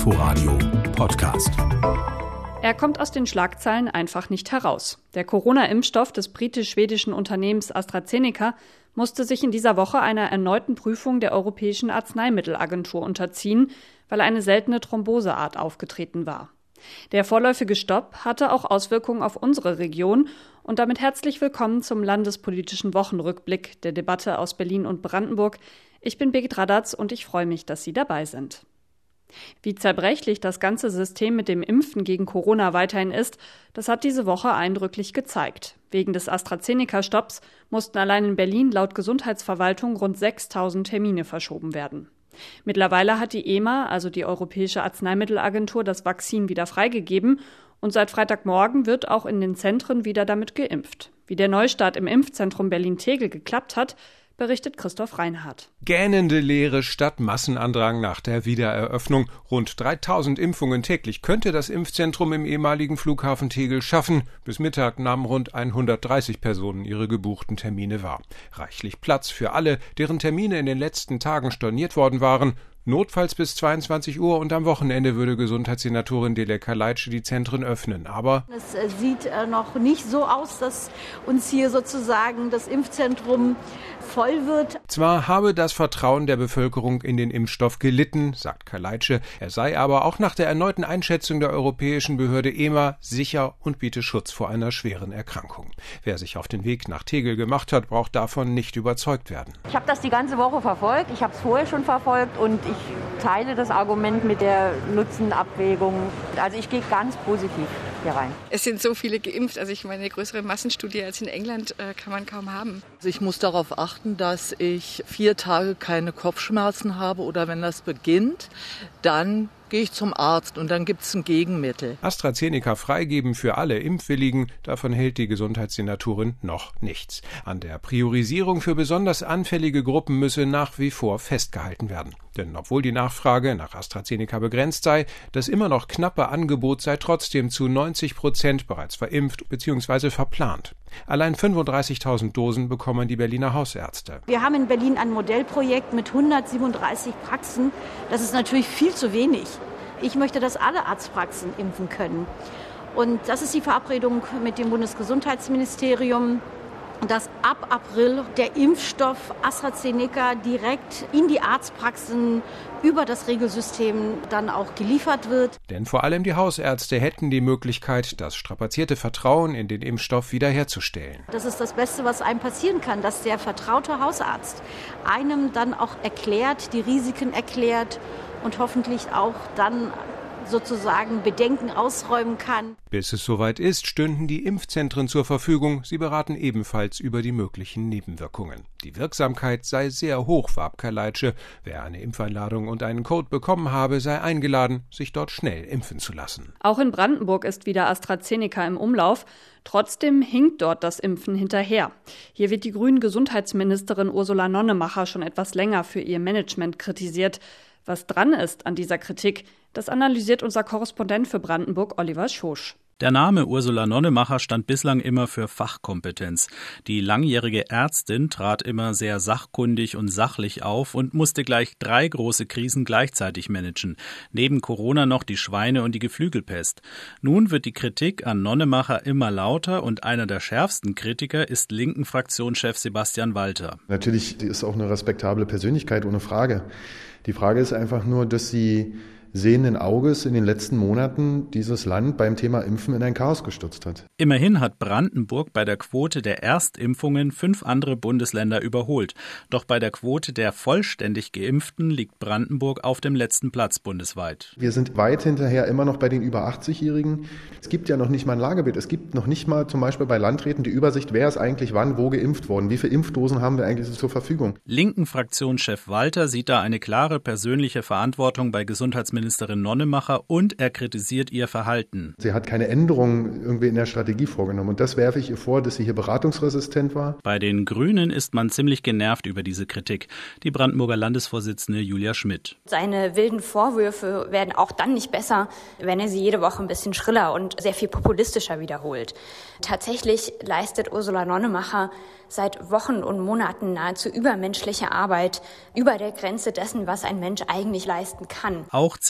Inforadio Podcast. Er kommt aus den Schlagzeilen einfach nicht heraus. Der Corona-Impfstoff des britisch-schwedischen Unternehmens AstraZeneca musste sich in dieser Woche einer erneuten Prüfung der Europäischen Arzneimittelagentur unterziehen, weil eine seltene Thromboseart aufgetreten war. Der vorläufige Stopp hatte auch Auswirkungen auf unsere Region und damit herzlich willkommen zum landespolitischen Wochenrückblick der Debatte aus Berlin und Brandenburg. Ich bin Birgit Radatz und ich freue mich, dass Sie dabei sind. Wie zerbrechlich das ganze System mit dem Impfen gegen Corona weiterhin ist, das hat diese Woche eindrücklich gezeigt. Wegen des AstraZeneca-Stopps mussten allein in Berlin laut Gesundheitsverwaltung rund 6.000 Termine verschoben werden. Mittlerweile hat die EMA, also die Europäische Arzneimittelagentur, das Vakzin wieder freigegeben und seit Freitagmorgen wird auch in den Zentren wieder damit geimpft. Wie der Neustart im Impfzentrum Berlin-Tegel geklappt hat, berichtet Christoph Reinhardt. Gähnende Leere statt Massenandrang nach der Wiedereröffnung. Rund 3.000 Impfungen täglich könnte das Impfzentrum im ehemaligen Flughafen Tegel schaffen. Bis Mittag nahmen rund 130 Personen ihre gebuchten Termine wahr. Reichlich Platz für alle, deren Termine in den letzten Tagen storniert worden waren. Notfalls bis 22 Uhr und am Wochenende würde Gesundheitssenatorin Dilek Kaleitsche die Zentren öffnen. Aber es sieht noch nicht so aus, dass uns hier sozusagen das Impfzentrum voll wird. Zwar habe das Vertrauen der Bevölkerung in den Impfstoff gelitten, sagt Kaleitsche, er sei aber auch nach der erneuten Einschätzung der europäischen Behörde EMA sicher und biete Schutz vor einer schweren Erkrankung. Wer sich auf den Weg nach Tegel gemacht hat, braucht davon nicht überzeugt werden. Ich habe das die ganze Woche verfolgt, ich habe es vorher schon verfolgt und ich teile das Argument mit der Nutzenabwägung. Also ich gehe ganz positiv hier rein. Es sind so viele geimpft, also ich meine, eine größere Massenstudie als in England kann man kaum haben. Also ich muss darauf achten, dass ich 4 Tage keine Kopfschmerzen habe oder wenn das beginnt, dann gehe ich zum Arzt und dann gibt es ein Gegenmittel. AstraZeneca freigeben für alle Impfwilligen, davon hält die Gesundheitssenatorin noch nichts. An der Priorisierung für besonders anfällige Gruppen müsse nach wie vor festgehalten werden. Denn obwohl die Nachfrage nach AstraZeneca begrenzt sei, das immer noch knappe Angebot sei trotzdem zu 90% bereits verimpft bzw. verplant. Allein 35.000 Dosen bekommen die Berliner Hausärzte. Wir haben in Berlin ein Modellprojekt mit 137 Praxen. Das ist natürlich viel zu wenig. Ich möchte, dass alle Arztpraxen impfen können. Und das ist die Verabredung mit dem Bundesgesundheitsministerium, dass ab April der Impfstoff AstraZeneca direkt in die Arztpraxen über das Regelsystem dann auch geliefert wird. Denn vor allem die Hausärzte hätten die Möglichkeit, das strapazierte Vertrauen in den Impfstoff wiederherzustellen. Das ist das Beste, was einem passieren kann, dass der vertraute Hausarzt einem dann auch erklärt, die Risiken erklärt und hoffentlich auch dann sozusagen Bedenken ausräumen kann. Bis es soweit ist, stünden die Impfzentren zur Verfügung. Sie beraten ebenfalls über die möglichen Nebenwirkungen. Die Wirksamkeit sei sehr hoch, warb Kaleitsche. Wer eine Impfeinladung und einen Code bekommen habe, sei eingeladen, sich dort schnell impfen zu lassen. Auch in Brandenburg ist wieder AstraZeneca im Umlauf. Trotzdem hinkt dort das Impfen hinterher. Hier wird die grünen Gesundheitsministerin Ursula Nonnemacher schon etwas länger für ihr Management kritisiert. Was dran ist an dieser Kritik, das analysiert unser Korrespondent für Brandenburg, Oliver Schosch. Der Name Ursula Nonnemacher stand bislang immer für Fachkompetenz. Die langjährige Ärztin trat immer sehr sachkundig und sachlich auf und musste gleich 3 große Krisen gleichzeitig managen. Neben Corona noch die Schweine- und die Geflügelpest. Nun wird die Kritik an Nonnemacher immer lauter und einer der schärfsten Kritiker ist linken Fraktionschef Sebastian Walter. Natürlich ist auch eine respektable Persönlichkeit, ohne Frage. Die Frage ist einfach nur, dass sie sehenden Auges in den letzten Monaten dieses Land beim Thema Impfen in ein Chaos gestürzt hat. Immerhin hat Brandenburg bei der Quote der Erstimpfungen 5 andere Bundesländer überholt. Doch bei der Quote der vollständig Geimpften liegt Brandenburg auf dem letzten Platz bundesweit. Wir sind weit hinterher immer noch bei den über 80-Jährigen. Es gibt ja noch nicht mal ein Lagebild. Es gibt noch nicht mal zum Beispiel bei Landräten die Übersicht, wer ist eigentlich wann wo geimpft worden. Wie viele Impfdosen haben wir eigentlich zur Verfügung? Linken Fraktionschef Walter sieht da eine klare persönliche Verantwortung bei Gesundheitsministerin Nonnemacher und er kritisiert ihr Verhalten. Sie hat keine Änderungen irgendwie in der Strategie vorgenommen und das werfe ich ihr vor, dass sie hier beratungsresistent war. Bei den Grünen ist man ziemlich genervt über diese Kritik. Die Brandenburger Landesvorsitzende Julia Schmidt. Seine wilden Vorwürfe werden auch dann nicht besser, wenn er sie jede Woche ein bisschen schriller und sehr viel populistischer wiederholt. Tatsächlich leistet Ursula Nonnemacher seit Wochen und Monaten nahezu übermenschliche Arbeit über der Grenze dessen, was ein Mensch eigentlich leisten kann. Auch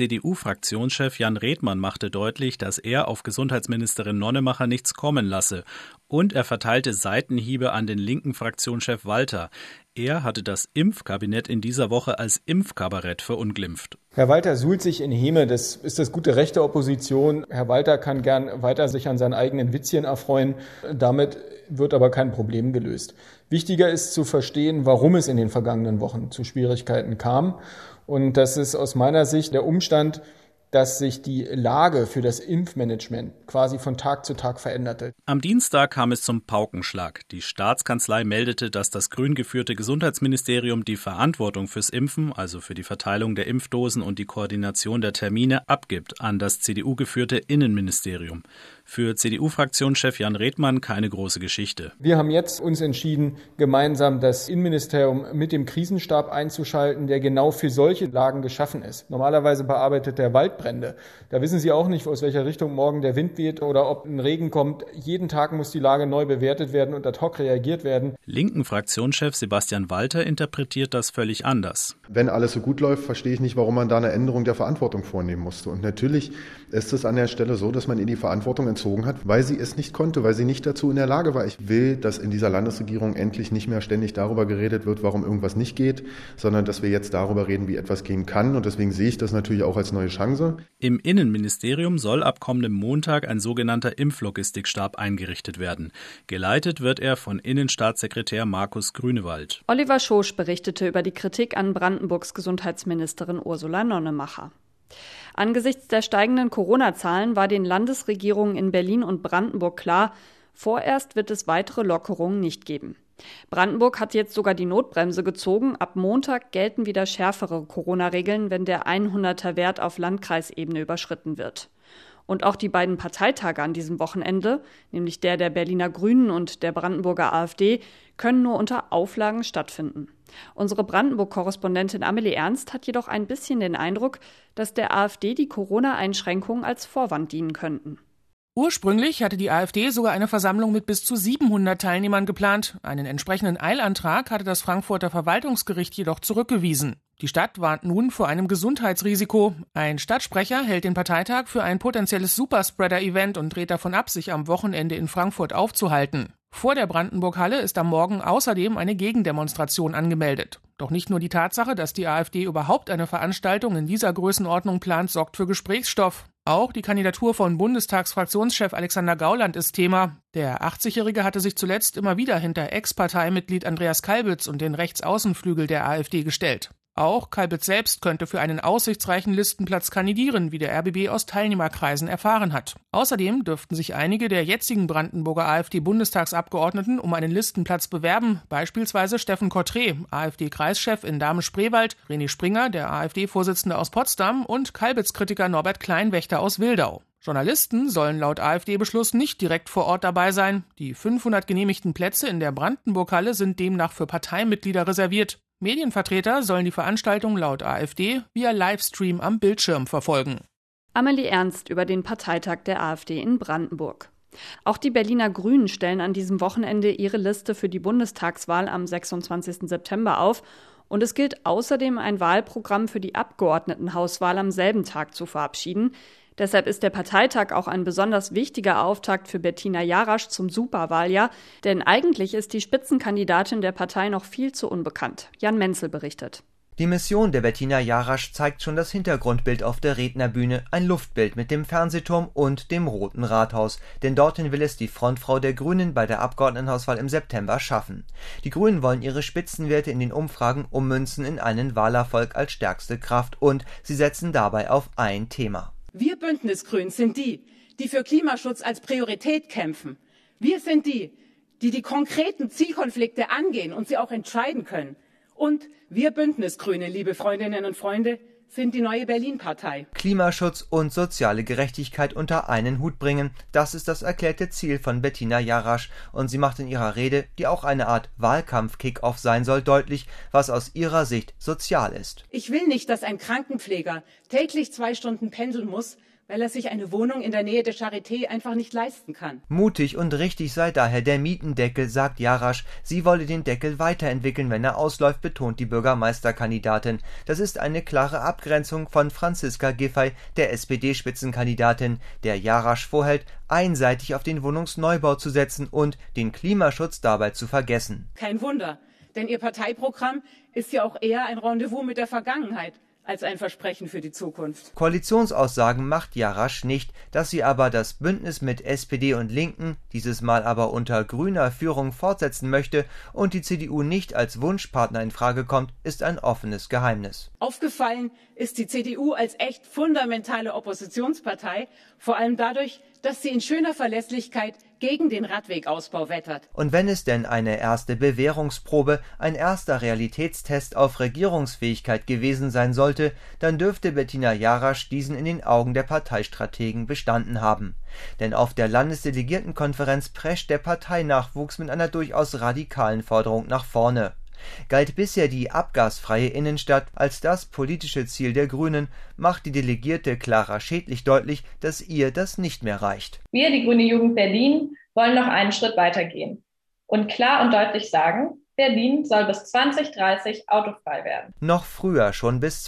CDU-Fraktionschef Jan Redmann machte deutlich, dass er auf Gesundheitsministerin Nonnemacher nichts kommen lasse. Und er verteilte Seitenhiebe an den linken Fraktionschef Walter. Er hatte das Impfkabinett in dieser Woche als Impfkabarett verunglimpft. Herr Walter suhlt sich in Häme, das ist das gute Recht der Opposition. Herr Walter kann gern weiter sich an seinen eigenen Witzchen erfreuen. Damit wird aber kein Problem gelöst. Wichtiger ist zu verstehen, warum es in den vergangenen Wochen zu Schwierigkeiten kam. Und das ist aus meiner Sicht der Umstand, dass sich die Lage für das Impfmanagement quasi von Tag zu Tag veränderte. Am Dienstag kam es zum Paukenschlag. Die Staatskanzlei meldete, dass das grün geführte Gesundheitsministerium die Verantwortung fürs Impfen, also für die Verteilung der Impfdosen und die Koordination der Termine, abgibt an das CDU-geführte Innenministerium. Für CDU-Fraktionschef Jan Redmann keine große Geschichte. Wir haben jetzt uns entschieden, gemeinsam das Innenministerium mit dem Krisenstab einzuschalten, der genau für solche Lagen geschaffen ist. Normalerweise bearbeitet der Waldbrände. Da wissen Sie auch nicht, aus welcher Richtung morgen der Wind weht oder ob ein Regen kommt. Jeden Tag muss die Lage neu bewertet werden und ad hoc reagiert werden. Linken Fraktionschef Sebastian Walter interpretiert das völlig anders. Wenn alles so gut läuft, verstehe ich nicht, warum man da eine Änderung der Verantwortung vornehmen musste. Und natürlich ist es an der Stelle so, dass man ihr die Verantwortung entzogen hat, weil sie es nicht konnte, weil sie nicht dazu in der Lage war. Ich will, dass in dieser Landesregierung endlich nicht mehr ständig darüber geredet wird, warum irgendwas nicht geht, sondern dass wir jetzt darüber reden, wie etwas gehen kann. Und deswegen sehe ich das natürlich auch als neue Chance. Im Innenministerium soll ab kommendem Montag ein sogenannter Impflogistikstab eingerichtet werden. Geleitet wird er von Innenstaatssekretär Markus Grünewald. Oliver Schosch berichtete über die Kritik an Brandenburgs Gesundheitsministerin Ursula Nonnemacher. Angesichts der steigenden Corona-Zahlen war den Landesregierungen in Berlin und Brandenburg klar, vorerst wird es weitere Lockerungen nicht geben. Brandenburg hat jetzt sogar die Notbremse gezogen. Ab Montag gelten wieder schärfere Corona-Regeln, wenn der 100er-Wert auf Landkreisebene überschritten wird. Und auch die beiden Parteitage an diesem Wochenende, nämlich der Berliner Grünen und der Brandenburger AfD, können nur unter Auflagen stattfinden. Unsere Brandenburg-Korrespondentin Amelie Ernst hat jedoch ein bisschen den Eindruck, dass der AfD die Corona-Einschränkungen als Vorwand dienen könnten. Ursprünglich hatte die AfD sogar eine Versammlung mit bis zu 700 Teilnehmern geplant. Einen entsprechenden Eilantrag hatte das Frankfurter Verwaltungsgericht jedoch zurückgewiesen. Die Stadt warnt nun vor einem Gesundheitsrisiko. Ein Stadtsprecher hält den Parteitag für ein potenzielles Superspreader-Event und dreht davon ab, sich am Wochenende in Frankfurt aufzuhalten. Vor der Brandenburg-Halle ist am Morgen außerdem eine Gegendemonstration angemeldet. Doch nicht nur die Tatsache, dass die AfD überhaupt eine Veranstaltung in dieser Größenordnung plant, sorgt für Gesprächsstoff. Auch die Kandidatur von Bundestagsfraktionschef Alexander Gauland ist Thema. Der 80-Jährige hatte sich zuletzt immer wieder hinter Ex-Parteimitglied Andreas Kalbitz und den Rechtsaußenflügel der AfD gestellt. Auch Kalbitz selbst könnte für einen aussichtsreichen Listenplatz kandidieren, wie der RBB aus Teilnehmerkreisen erfahren hat. Außerdem dürften sich einige der jetzigen Brandenburger AfD-Bundestagsabgeordneten um einen Listenplatz bewerben, beispielsweise Steffen Kottré, AfD-Kreischef in Dahme-Spreewald, René Springer, der AfD-Vorsitzende aus Potsdam und Kalbitz-Kritiker Norbert Kleinwächter aus Wildau. Journalisten sollen laut AfD-Beschluss nicht direkt vor Ort dabei sein. Die 500 genehmigten Plätze in der Brandenburg-Halle sind demnach für Parteimitglieder reserviert. Medienvertreter sollen die Veranstaltung laut AfD via Livestream am Bildschirm verfolgen. Amelie Ernst über den Parteitag der AfD in Brandenburg. Auch die Berliner Grünen stellen an diesem Wochenende ihre Liste für die Bundestagswahl am 26. September auf. Und es gilt außerdem, ein Wahlprogramm für die Abgeordnetenhauswahl am selben Tag zu verabschieden. Deshalb ist der Parteitag auch ein besonders wichtiger Auftakt für Bettina Jarasch zum Superwahljahr, denn eigentlich ist die Spitzenkandidatin der Partei noch viel zu unbekannt. Jan Menzel berichtet. Die Mission der Bettina Jarasch zeigt schon das Hintergrundbild auf der Rednerbühne, ein Luftbild mit dem Fernsehturm und dem Roten Rathaus, denn dorthin will es die Frontfrau der Grünen bei der Abgeordnetenhauswahl im September schaffen. Die Grünen wollen ihre Spitzenwerte in den Umfragen ummünzen in einen Wahlerfolg als stärkste Kraft und sie setzen dabei auf ein Thema. Wir Bündnisgrünen sind die, die für Klimaschutz als Priorität kämpfen. Wir sind die, die konkreten Zielkonflikte angehen und sie auch entscheiden können. Und wir Bündnisgrüne, liebe Freundinnen und Freunde, sind die neue Berlin-Partei. Klimaschutz und soziale Gerechtigkeit unter einen Hut bringen, das ist das erklärte Ziel von Bettina Jarasch. Und sie macht in ihrer Rede, die auch eine Art Wahlkampf-Kick-Off sein soll, deutlich, was aus ihrer Sicht sozial ist. Ich will nicht, dass ein Krankenpfleger täglich 2 Stunden pendeln muss, weil er sich eine Wohnung in der Nähe der Charité einfach nicht leisten kann. Mutig und richtig sei daher der Mietendeckel, sagt Jarasch. Sie wolle den Deckel weiterentwickeln, wenn er ausläuft, betont die Bürgermeisterkandidatin. Das ist eine klare Abgrenzung von Franziska Giffey, der SPD-Spitzenkandidatin, der Jarasch vorhält, einseitig auf den Wohnungsneubau zu setzen und den Klimaschutz dabei zu vergessen. Kein Wunder, denn ihr Parteiprogramm ist ja auch eher ein Rendezvous mit der Vergangenheit als ein Versprechen für die Zukunft. Koalitionsaussagen macht Jarasch nicht, dass sie aber das Bündnis mit SPD und Linken, dieses Mal aber unter grüner Führung, fortsetzen möchte und die CDU nicht als Wunschpartner in Frage kommt, ist ein offenes Geheimnis. Aufgefallen ist die CDU als echt fundamentale Oppositionspartei, vor allem dadurch, dass sie in schöner Verlässlichkeit gegen den Radwegausbau wettert. Und wenn es denn eine erste Bewährungsprobe, ein erster Realitätstest auf Regierungsfähigkeit gewesen sein sollte, dann dürfte Bettina Jarasch diesen in den Augen der Parteistrategen bestanden haben. Denn auf der Landesdelegiertenkonferenz prescht der Parteinachwuchs mit einer durchaus radikalen Forderung nach vorne. Galt bisher die abgasfreie Innenstadt als das politische Ziel der Grünen, macht die Delegierte Clara Schädlich deutlich, dass ihr das nicht mehr reicht. Wir, die Grüne Jugend Berlin, wollen noch einen Schritt weitergehen und klar und deutlich sagen, Berlin soll bis 2030 autofrei werden. Noch früher, schon bis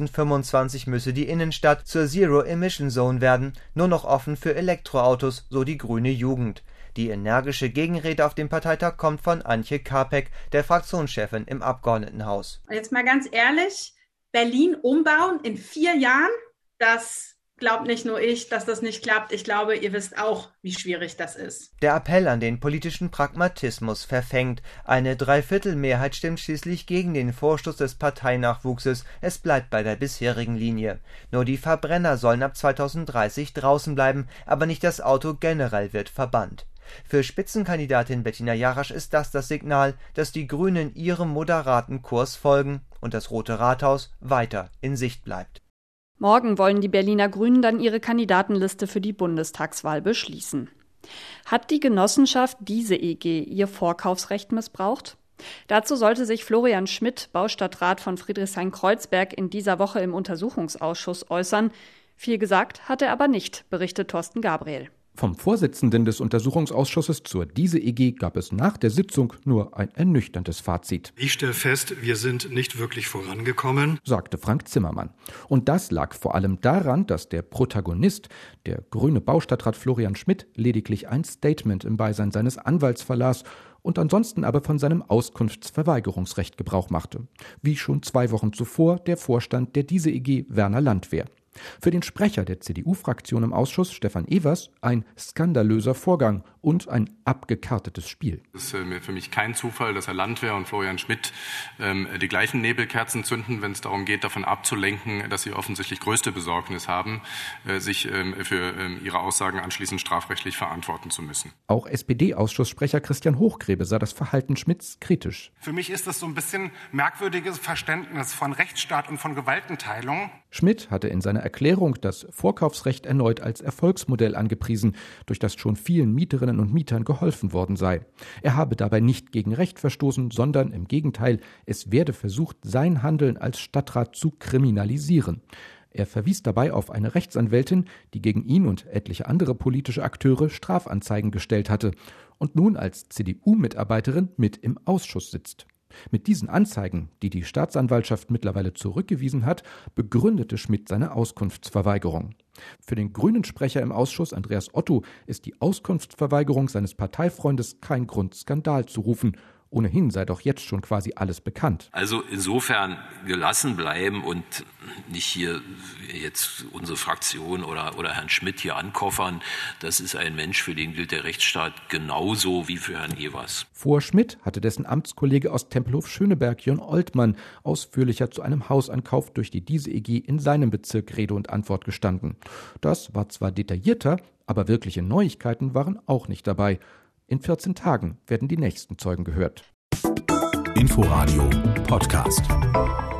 2025, müsse die Innenstadt zur Zero-Emission-Zone werden, nur noch offen für Elektroautos, so die Grüne Jugend. Die energische Gegenrede auf dem Parteitag kommt von Antje Karpek, der Fraktionschefin im Abgeordnetenhaus. Jetzt mal ganz ehrlich, Berlin umbauen in 4 Jahren, das glaubt nicht nur ich, dass das nicht klappt. Ich glaube, ihr wisst auch, wie schwierig das ist. Der Appell an den politischen Pragmatismus verfängt. Eine Dreiviertelmehrheit stimmt schließlich gegen den Vorstoß des Parteinachwuchses. Es bleibt bei der bisherigen Linie. Nur die Verbrenner sollen ab 2030 draußen bleiben, aber nicht das Auto generell wird verbannt. Für Spitzenkandidatin Bettina Jarasch ist das Signal, dass die Grünen ihrem moderaten Kurs folgen und das Rote Rathaus weiter in Sicht bleibt. Morgen wollen die Berliner Grünen dann ihre Kandidatenliste für die Bundestagswahl beschließen. Hat die Genossenschaft Diese EG ihr Vorkaufsrecht missbraucht? Dazu sollte sich Florian Schmidt, Baustadtrat von Friedrichshain-Kreuzberg, in dieser Woche im Untersuchungsausschuss äußern. Viel gesagt hat er aber nicht, berichtet Thorsten Gabriel. Vom Vorsitzenden des Untersuchungsausschusses zur Diese EG gab es nach der Sitzung nur ein ernüchterndes Fazit. Ich stelle fest, wir sind nicht wirklich vorangekommen, sagte Frank Zimmermann. Und das lag vor allem daran, dass der Protagonist, der grüne Baustadtrat Florian Schmidt, lediglich ein Statement im Beisein seines Anwalts verlas und ansonsten aber von seinem Auskunftsverweigerungsrecht Gebrauch machte. Wie schon 2 Wochen zuvor der Vorstand der Diese EG, Werner Landwehr. Für den Sprecher der CDU-Fraktion im Ausschuss, Stefan Evers, ein skandalöser Vorgang und ein abgekartetes Spiel. Es ist für mich kein Zufall, dass Herr Landwehr und Florian Schmidt die gleichen Nebelkerzen zünden, wenn es darum geht, davon abzulenken, dass sie offensichtlich größte Besorgnis haben, sich für ihre Aussagen anschließend strafrechtlich verantworten zu müssen. Auch SPD-Ausschusssprecher Christian Hochgrebe sah das Verhalten Schmidts kritisch. Für mich ist das so ein bisschen merkwürdiges Verständnis von Rechtsstaat und von Gewaltenteilung. Schmidt hatte in seiner Erklärung das Vorkaufsrecht erneut als Erfolgsmodell angepriesen, durch das schon vielen Mieterinnen und Mietern geholfen worden sei. Er habe dabei nicht gegen Recht verstoßen, sondern im Gegenteil, es werde versucht, sein Handeln als Stadtrat zu kriminalisieren. Er verwies dabei auf eine Rechtsanwältin, die gegen ihn und etliche andere politische Akteure Strafanzeigen gestellt hatte und nun als CDU-Mitarbeiterin mit im Ausschuss sitzt. Mit diesen Anzeigen, die die Staatsanwaltschaft mittlerweile zurückgewiesen hat, begründete Schmidt seine Auskunftsverweigerung. Für den Grünen-Sprecher im Ausschuss, Andreas Otto, ist die Auskunftsverweigerung seines Parteifreundes kein Grund, Skandal zu rufen. Ohnehin sei doch jetzt schon quasi alles bekannt. Also insofern gelassen bleiben und nicht hier jetzt unsere Fraktion oder Herrn Schmidt hier ankoffern. Das ist ein Mensch, für den gilt der Rechtsstaat genauso wie für Herrn Evers. Vor Schmidt hatte dessen Amtskollege aus Tempelhof-Schöneberg, Jörn Oltmann, ausführlicher zu einem Hausankauf durch die Diese EG in seinem Bezirk Rede und Antwort gestanden. Das war zwar detaillierter, aber wirkliche Neuigkeiten waren auch nicht dabei. In 14 Tagen werden die nächsten Zeugen gehört. Inforadio Podcast.